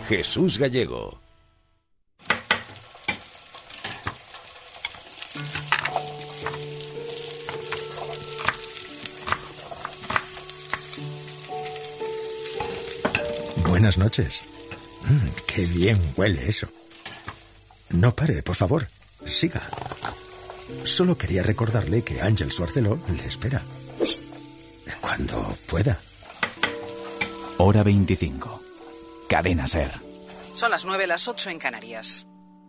Jesús Gallego. Buenas noches. Qué bien huele eso. No pare, por favor. Siga. Solo quería recordarle que Ángel Barceló le espera. Cuando pueda. Hora 25. Cadena SER. Son las 9, las 8 en Canarias.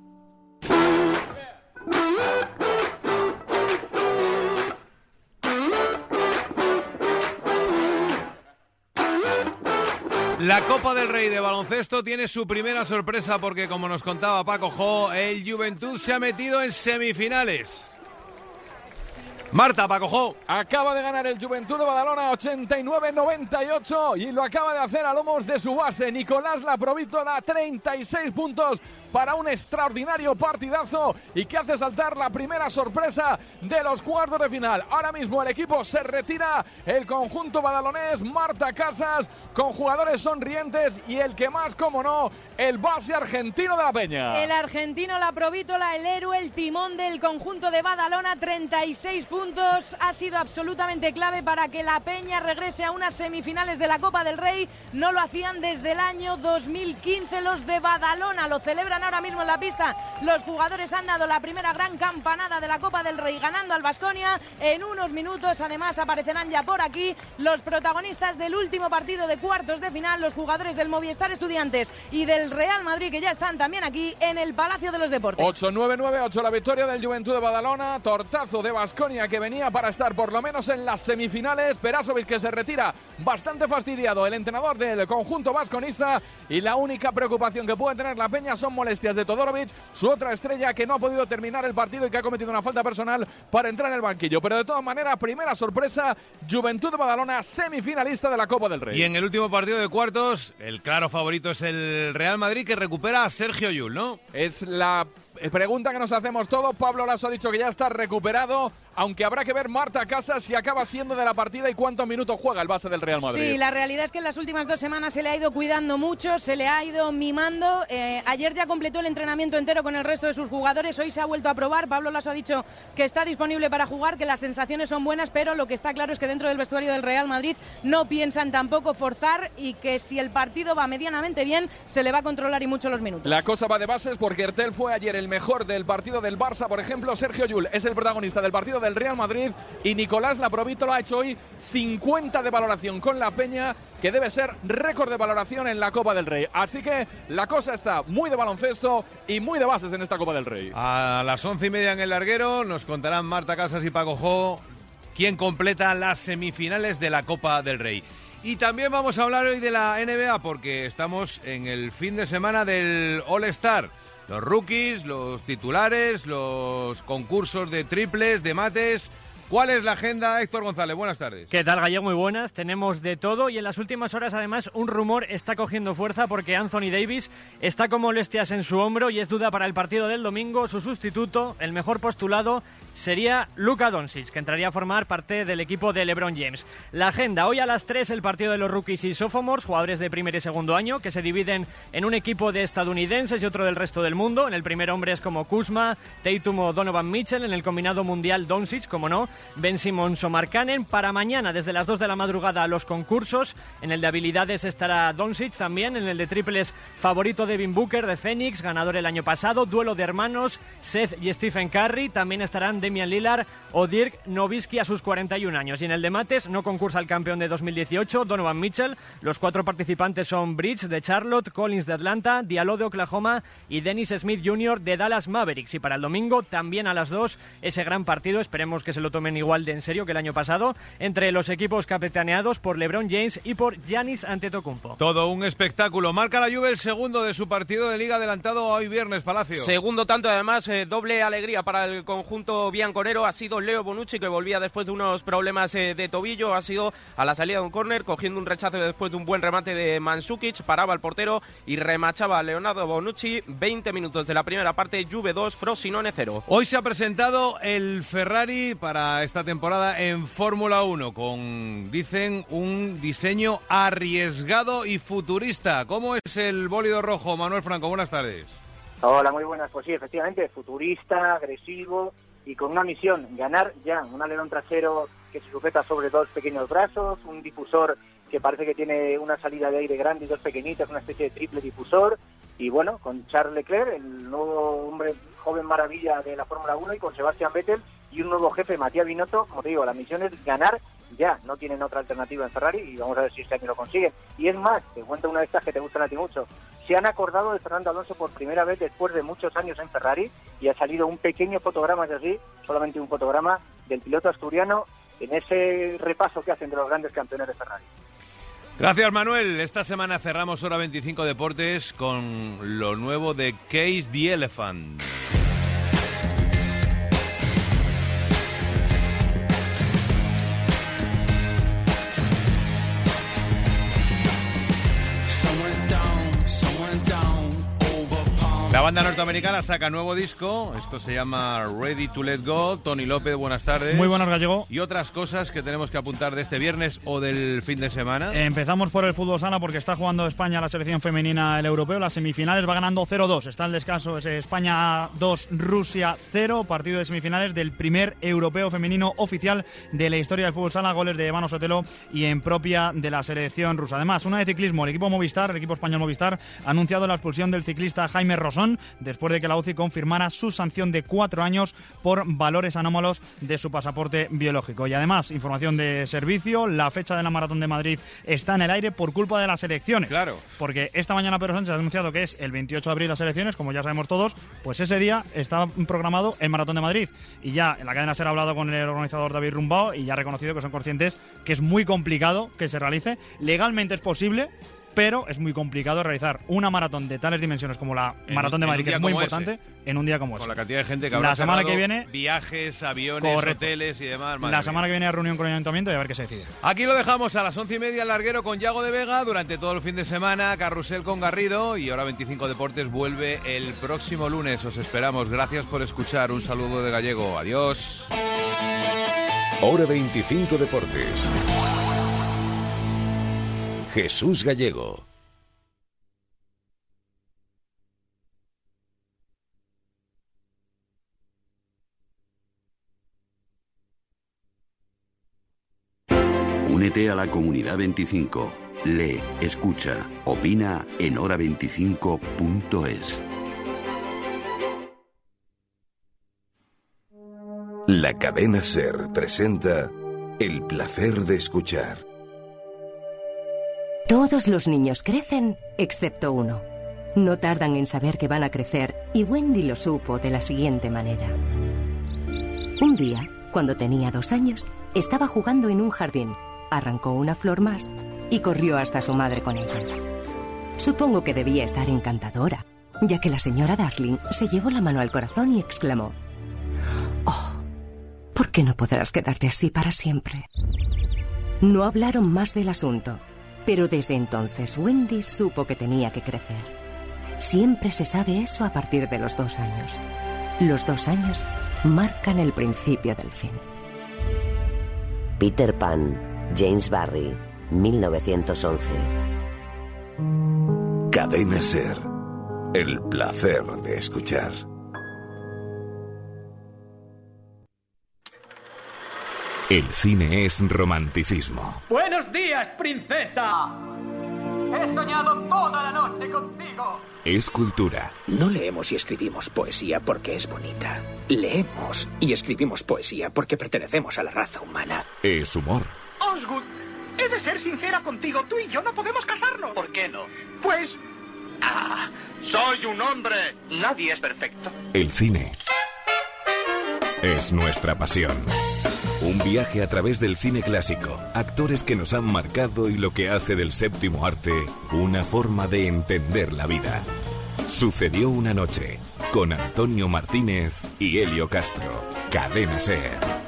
La Copa del Rey de baloncesto tiene su primera sorpresa porque, como nos contaba Paco Jo, el Juventud se ha metido en semifinales. Marta, Paco Jo. Acaba de ganar el Juventud de Badalona 89-98 y lo acaba de hacer a lomos de su base Nicolás Laprovítola, 36 puntos para un extraordinario partidazo y que hace saltar la primera sorpresa de los cuartos de final. Ahora mismo el equipo se retira, el conjunto badalonés, Marta Casas, con jugadores sonrientes y el que más, como no, el base argentino de la Peña. El argentino Laprovítola, el héroe, el timón del conjunto de Badalona, 36 puntos, ha sido absolutamente clave para que la Peña regrese a unas semifinales de la Copa del Rey. No lo hacían desde el año 2015 los de Badalona, lo celebran ahora mismo en la pista. Los jugadores han dado la primera gran campanada de la Copa del Rey ganando al Baskonia. En unos minutos además aparecerán ya por aquí los protagonistas del último partido de cuartos de final, los jugadores del Movistar Estudiantes y del Real Madrid, que ya están también aquí en el Palacio de los Deportes. 8-9-9-8 la victoria del Juventud de Badalona, tortazo de Baskonia que venía para estar por lo menos en las semifinales. Perasovic, que se retira bastante fastidiado, el entrenador del conjunto vasconista, y la única preocupación que puede tener la Peña son molestias de Todorovic, su otra estrella, que no ha podido terminar el partido y que ha cometido una falta personal para entrar en el banquillo. Pero de todas maneras, primera sorpresa, Juventud de Badalona, semifinalista de la Copa del Rey. Y en el último partido de cuartos, el claro favorito es el Real Madrid, que recupera a Sergio Llull, ¿no? Es la pregunta que nos hacemos todos. Pablo Laso ha dicho que ya está recuperado, aunque habrá que ver Marta Casas si acaba siendo de la partida y cuántos minutos juega el base del Real Madrid. Sí, la realidad es que en las últimas 2 semanas se le ha ido cuidando mucho, se le ha ido mimando. Ayer ya completó el entrenamiento entero con el resto de sus jugadores, hoy se ha vuelto a probar. Pablo Laso ha dicho que está disponible para jugar, que las sensaciones son buenas, pero lo que está claro es que dentro del vestuario del Real Madrid no piensan tampoco forzar y que si el partido va medianamente bien, se le va a controlar y mucho los minutos. La cosa va de bases porque Ertel fue ayer el mejor del partido del Barça, por ejemplo. Sergio Llull es el protagonista del partido del Real Madrid y Nicolás Laprovítola ha hecho hoy 50 de valoración con la Peña, que debe ser récord de valoración en la Copa del Rey. Así que la cosa está muy de baloncesto y muy de bases en esta Copa del Rey. A las 11:30 en el larguero nos contarán Marta Casas y Paco Jo quién completa las semifinales de la Copa del Rey. Y también vamos a hablar hoy de la NBA porque estamos en el fin de semana del All-Star. Los rookies, los titulares, los concursos de triples, de mates. ¿Cuál es la agenda, Héctor González? Buenas tardes. ¿Qué tal, Gallego? Muy buenas. Tenemos de todo y en las últimas horas, además, un rumor está cogiendo fuerza porque Anthony Davis está con molestias en su hombro y es duda para el partido del domingo. Su sustituto, el mejor postulado, sería Luka Doncic, que entraría a formar parte del equipo de LeBron James. La agenda, hoy a las 3, el partido de los rookies y sophomores, jugadores de primer y segundo año, que se dividen en un equipo de estadounidenses y otro del resto del mundo. En el primer hombres como Kuzma, Tatum o Donovan Mitchell. En el combinado mundial, Doncic, como no, Ben Simmons o Mark Cannon. Para mañana, desde las 2 de la madrugada, los concursos. En el de habilidades estará Doncic también. En el de triples, favorito Devin Booker de Phoenix, ganador el año pasado. Duelo de hermanos, Seth y Stephen Curry. También estarán Damian Lillard o Dirk Nowitzki a sus 41 años. Y en el de mates no concursa el campeón de 2018, Donovan Mitchell. Los 4 participantes son Bridge de Charlotte, Collins de Atlanta, Diallo de Oklahoma y Dennis Smith Jr. de Dallas Mavericks. Y para el domingo, también a las 2, ese gran partido, esperemos que se lo tomen igual de en serio que el año pasado, entre los equipos capitaneados por LeBron James y por Giannis Antetokounmpo. Todo un espectáculo. Marca la Juve el segundo de su partido de Liga adelantado hoy viernes, Palacio. Segundo tanto, además, doble alegría para el conjunto bianconero. Ha sido Leo Bonucci, que volvía después de unos problemas de tobillo. Ha sido a la salida de un córner, cogiendo un rechazo después de un buen remate de Mandzukic. Paraba el portero y remachaba a Leonardo Bonucci. 20 minutos de la primera parte, Juve 2, Frosinone 0. Hoy se ha presentado el Ferrari para para esta temporada en Fórmula 1 con, dicen, un diseño arriesgado y futurista. ¿Cómo es el bólido rojo, Manuel Franco? Buenas tardes. Hola, muy buenas. Pues sí, efectivamente, futurista, agresivo y con una misión, ganar ya. Un alerón trasero que se sujeta sobre dos pequeños brazos, un difusor que parece que tiene una salida de aire grande y dos pequeñitas, una especie de triple difusor. Y bueno, con Charles Leclerc, el nuevo hombre joven maravilla de la Fórmula 1, y con Sebastian Vettel y un nuevo jefe, Matías Binotto. Como te digo, la misión es ganar ya, no tienen otra alternativa en Ferrari y vamos a ver si este año lo consiguen. Y es más, te cuento una de estas que te gustan a ti mucho. Se han acordado de Fernando Alonso por primera vez después de muchos años en Ferrari y ha salido un pequeño fotograma, es así, solamente un fotograma del piloto asturiano en ese repaso que hacen de los grandes campeones de Ferrari. Gracias, Manuel. Esta semana cerramos Hora 25 Deportes con lo nuevo de Cage the Elephant. La banda norteamericana saca nuevo disco, esto se llama Ready to Let Go. Tony López, buenas tardes. Muy buenas, Gallego. ¿Y otras cosas que tenemos que apuntar de este viernes o del fin de semana? Empezamos por el fútbol sala porque está jugando España, la selección femenina, el europeo. Las semifinales va ganando 0-2. Está el descanso, es España 2, Rusia 0. Partido de semifinales del primer europeo femenino oficial de la historia del fútbol sala. Goles de Mano Sotelo y en propia de la selección rusa. Además, una de ciclismo. El equipo Movistar, el equipo español Movistar, ha anunciado la expulsión del ciclista Jaime Rosón después de que la UCI confirmara su sanción de 4 años por valores anómalos de su pasaporte biológico. Y además, información de servicio, la fecha de la Maratón de Madrid está en el aire por culpa de las elecciones. Claro. Porque esta mañana Pedro Sánchez ha anunciado que es el 28 de abril las elecciones, como ya sabemos todos, pues ese día está programado el Maratón de Madrid. Y ya en la cadena SER ha hablado con el organizador David Rumbao y ya ha reconocido que son conscientes que es muy complicado que se realice. Legalmente es posible, pero es muy complicado realizar una maratón de tales dimensiones como la Maratón de Madrid, que es muy importante, en un día como ese. Con la cantidad de gente que habrá la semana que viene, viajes, aviones, hoteles y demás. La semana que viene hay reunión con el Ayuntamiento y a ver qué se decide. Aquí lo dejamos a las 11:30 el larguero con Yago de Vega durante todo el fin de semana, Carrusel con Garrido y Hora 25 Deportes vuelve el próximo lunes. Os esperamos. Gracias por escuchar. Un saludo de Gallego. Adiós. Hora 25 Deportes. Jesús Gallego. Únete a la Comunidad 25. Lee, escucha, opina en hora25.es. La cadena SER presenta El placer de escuchar. Todos los niños crecen, excepto uno. No tardan en saber que van a crecer y Wendy lo supo de la siguiente manera. Un día, cuando tenía 2 años, estaba jugando en un jardín. Arrancó una flor más y corrió hasta su madre con ella. Supongo que debía estar encantadora, ya que la señora Darling se llevó la mano al corazón y exclamó: «Oh, ¿por qué no podrás quedarte así para siempre?». No hablaron más del asunto, pero desde entonces Wendy supo que tenía que crecer. Siempre se sabe eso a partir de los 2 años. Los 2 años marcan el principio del fin. Peter Pan, James Barrie, 1911. Cadena SER. El placer de escuchar. El cine es romanticismo. ¡Buenos días, princesa! He soñado toda la noche contigo. Es cultura. No leemos y escribimos poesía porque es bonita. Leemos y escribimos poesía porque pertenecemos a la raza humana. Es humor. Osgood, he de ser sincera contigo. Tú y yo no podemos casarnos. ¿Por qué no? Pues... soy un hombre. Nadie es perfecto. El cine es nuestra pasión. Un viaje a través del cine clásico, actores que nos han marcado y lo que hace del séptimo arte una forma de entender la vida. Sucedió una noche, con Antonio Martínez y Helio Castro. Cadena SER.